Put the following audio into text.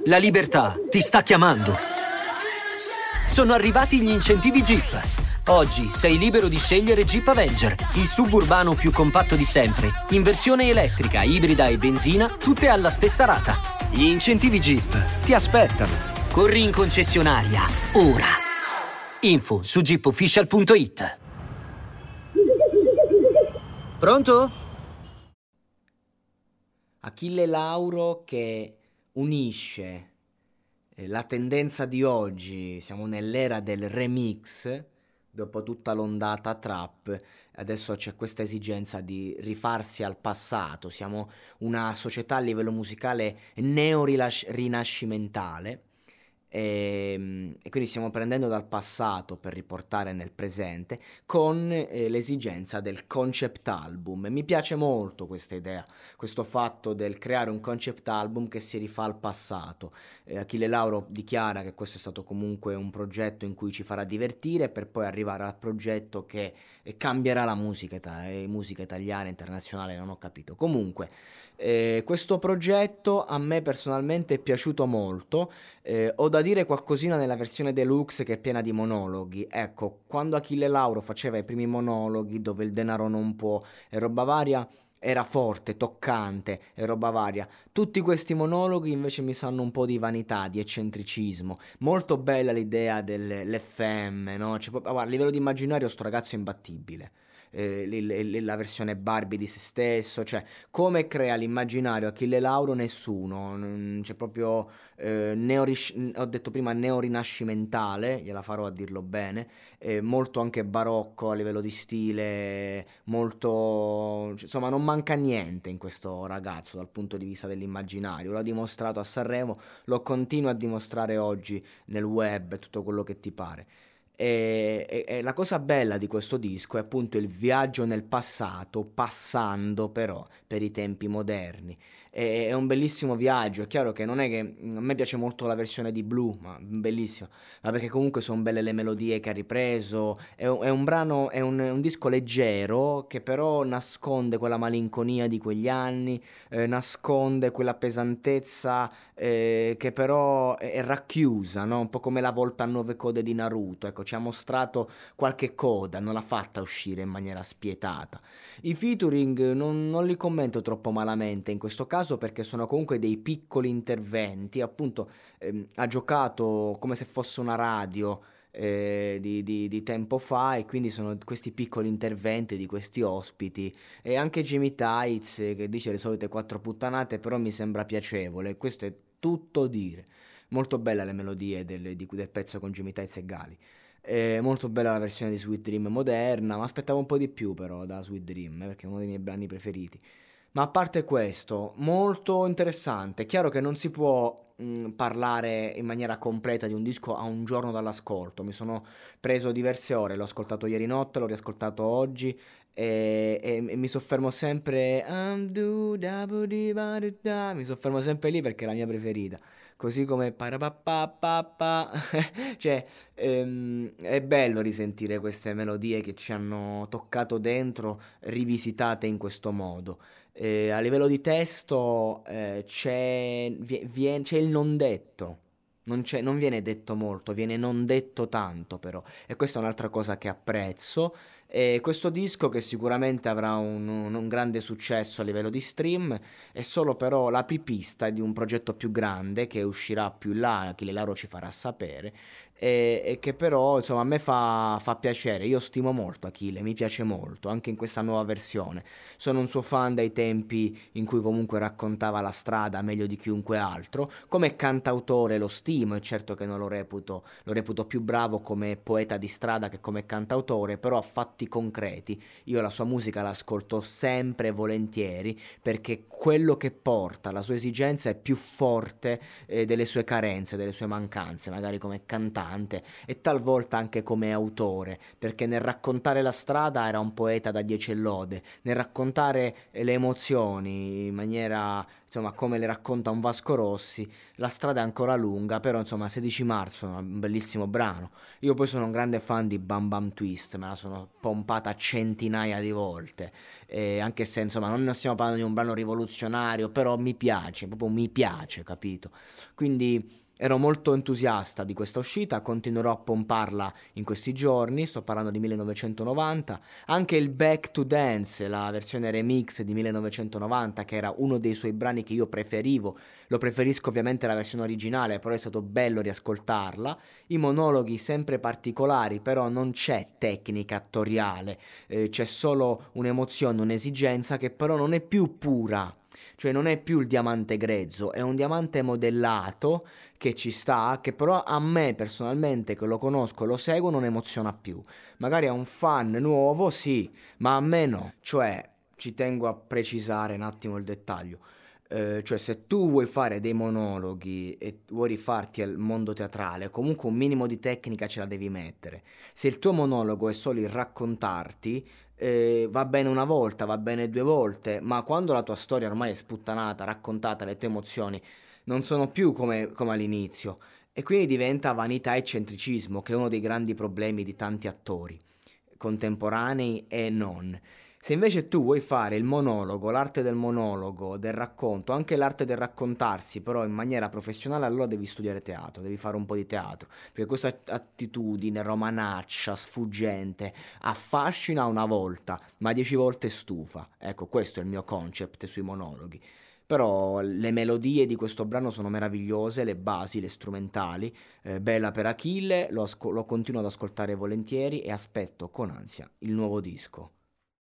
La libertà ti sta chiamando. Sono arrivati gli incentivi Jeep. Oggi sei libero di scegliere Jeep Avenger, il SUV urbano più compatto di sempre, in versione elettrica, ibrida e benzina, tutte alla stessa rata. Gli incentivi Jeep ti aspettano. Corri in concessionaria, ora. Info su jeepofficial.it. Pronto? Achille Lauro che unisce la tendenza di oggi, siamo nell'era del remix, dopo tutta l'ondata trap, adesso c'è questa esigenza di rifarsi al passato, siamo una società a livello musicale neo-rinascimentale e quindi stiamo prendendo dal passato per riportare nel presente con l'esigenza del concept album. E mi piace molto questa idea, questo fatto del creare un concept album che si rifà al passato. Achille Lauro dichiara che questo è stato comunque un progetto in cui ci farà divertire per poi arrivare al progetto che cambierà la musica, musica italiana, internazionale, non ho capito. Comunque, questo progetto a me personalmente è piaciuto molto. Ho da dire qualcosina nella versione deluxe che è piena di monologhi. Ecco, quando Achille Lauro faceva i primi monologhi dove il denaro non può e roba varia, era forte, toccante e roba varia. Tutti questi monologhi invece mi sanno un po' di vanità, di eccentricismo. Molto bella l'idea dell'FM, no? Cioè, guarda, a livello di immaginario sto ragazzo è imbattibile. La versione Barbie di se stesso, cioè come crea l'immaginario Achille Lauro nessuno, c'è proprio ho detto prima neorinascimentale, gliela farò a dirlo bene, molto anche barocco a livello di stile, molto, insomma non manca niente in questo ragazzo dal punto di vista dell'immaginario, l'ha dimostrato a Sanremo, lo continua a dimostrare oggi nel web, tutto quello che ti pare. E la cosa bella di questo disco è appunto il viaggio nel passato, passando però per i tempi moderni. È un bellissimo viaggio, è chiaro che non è che a me piace molto la versione di Blue, ma bellissimo, ma perché comunque sono belle le melodie che ha ripreso, è un brano, è un disco leggero che però nasconde quella malinconia di quegli anni, nasconde quella pesantezza che però è racchiusa, no? Un po' come la volpe a 9 code di Naruto, ecco, ci ha mostrato qualche coda, non l'ha fatta uscire in maniera spietata. I featuring non li commento troppo malamente in questo caso perché sono comunque dei piccoli interventi, appunto ha giocato come se fosse una radio di tempo fa e quindi sono questi piccoli interventi di questi ospiti e anche Jimmy Tights che dice le solite quattro puttanate però mi sembra piacevole, questo è tutto dire. Molto bella le melodie del pezzo con Jimmy Tights e Gali. Molto bella la versione di Sweet Dream moderna, ma aspettavo un po' di più però da Sweet Dream, perché è uno dei miei brani preferiti. Ma a parte questo, molto interessante. È chiaro che non si può parlare in maniera completa di un disco a un giorno dall'ascolto. Mi sono preso diverse ore, l'ho ascoltato ieri notte, l'ho riascoltato oggi e mi soffermo sempre. Mi soffermo sempre lì perché è la mia preferita. Così come parapapapapa. Cioè, è bello risentire queste melodie che ci hanno toccato dentro, rivisitate in questo modo. A livello di testo c'è il non detto, non viene detto molto, viene non detto tanto però, e questa è un'altra cosa che apprezzo. E questo disco che sicuramente avrà un grande successo a livello di stream è solo però l'apripista di un progetto più grande che uscirà più in là, Achille Lauro ci farà sapere e che però insomma a me fa piacere, io stimo molto Achille, mi piace molto anche in questa nuova versione, sono un suo fan dai tempi in cui comunque raccontava la strada meglio di chiunque altro, come cantautore lo stimo e certo che non lo reputo più bravo come poeta di strada che come cantautore, però a fatti concreti, io la sua musica l'ascolto sempre e volentieri perché quello che porta, la sua esigenza è più forte delle sue carenze, delle sue mancanze, magari come cantante cantante e talvolta anche come autore, perché nel raccontare la strada era un poeta da 10 lode, nel raccontare le emozioni in maniera, insomma, come le racconta un Vasco Rossi. La strada è ancora lunga, però insomma 16 marzo è un bellissimo brano. Io poi sono un grande fan di Bam Bam Twist, me la sono pompata centinaia di volte, anche se insomma non stiamo parlando di un brano rivoluzionario, però mi piace, proprio mi piace, capito? Quindi ero molto entusiasta di questa uscita, continuerò a pomparla in questi giorni, sto parlando di 1990, anche il Back to Dance, la versione remix di 1990, che era uno dei suoi brani che io preferivo, lo preferisco ovviamente la versione originale, però è stato bello riascoltarla, i monologhi sempre particolari, però non c'è tecnica attoriale, c'è solo un'emozione, un'esigenza che però non è più pura. Cioè non è più il diamante grezzo, è un diamante modellato che ci sta, che però a me personalmente, che lo conosco e lo seguo, non emoziona più. Magari a un fan nuovo sì, ma a me no. Cioè, ci tengo a precisare un attimo il dettaglio. Cioè se tu vuoi fare dei monologhi e vuoi rifarti al mondo teatrale, comunque un minimo di tecnica ce la devi mettere. Se il tuo monologo è solo il raccontarti, va bene una volta, va bene due volte, ma quando la tua storia ormai è sputtanata, raccontata, le tue emozioni non sono più come all'inizio, e quindi diventa vanità e eccentricismo, che è uno dei grandi problemi di tanti attori contemporanei e non. Se invece tu vuoi fare il monologo, l'arte del monologo, del racconto, anche l'arte del raccontarsi, però in maniera professionale, allora devi studiare teatro, devi fare un po' di teatro, perché questa attitudine romanaccia, sfuggente, affascina una volta, ma 10 volte stufa. Ecco, questo è il mio concept sui monologhi. Però le melodie di questo brano sono meravigliose, le basi, le strumentali, bella per Achille, lo continuo ad ascoltare volentieri e aspetto con ansia il nuovo disco.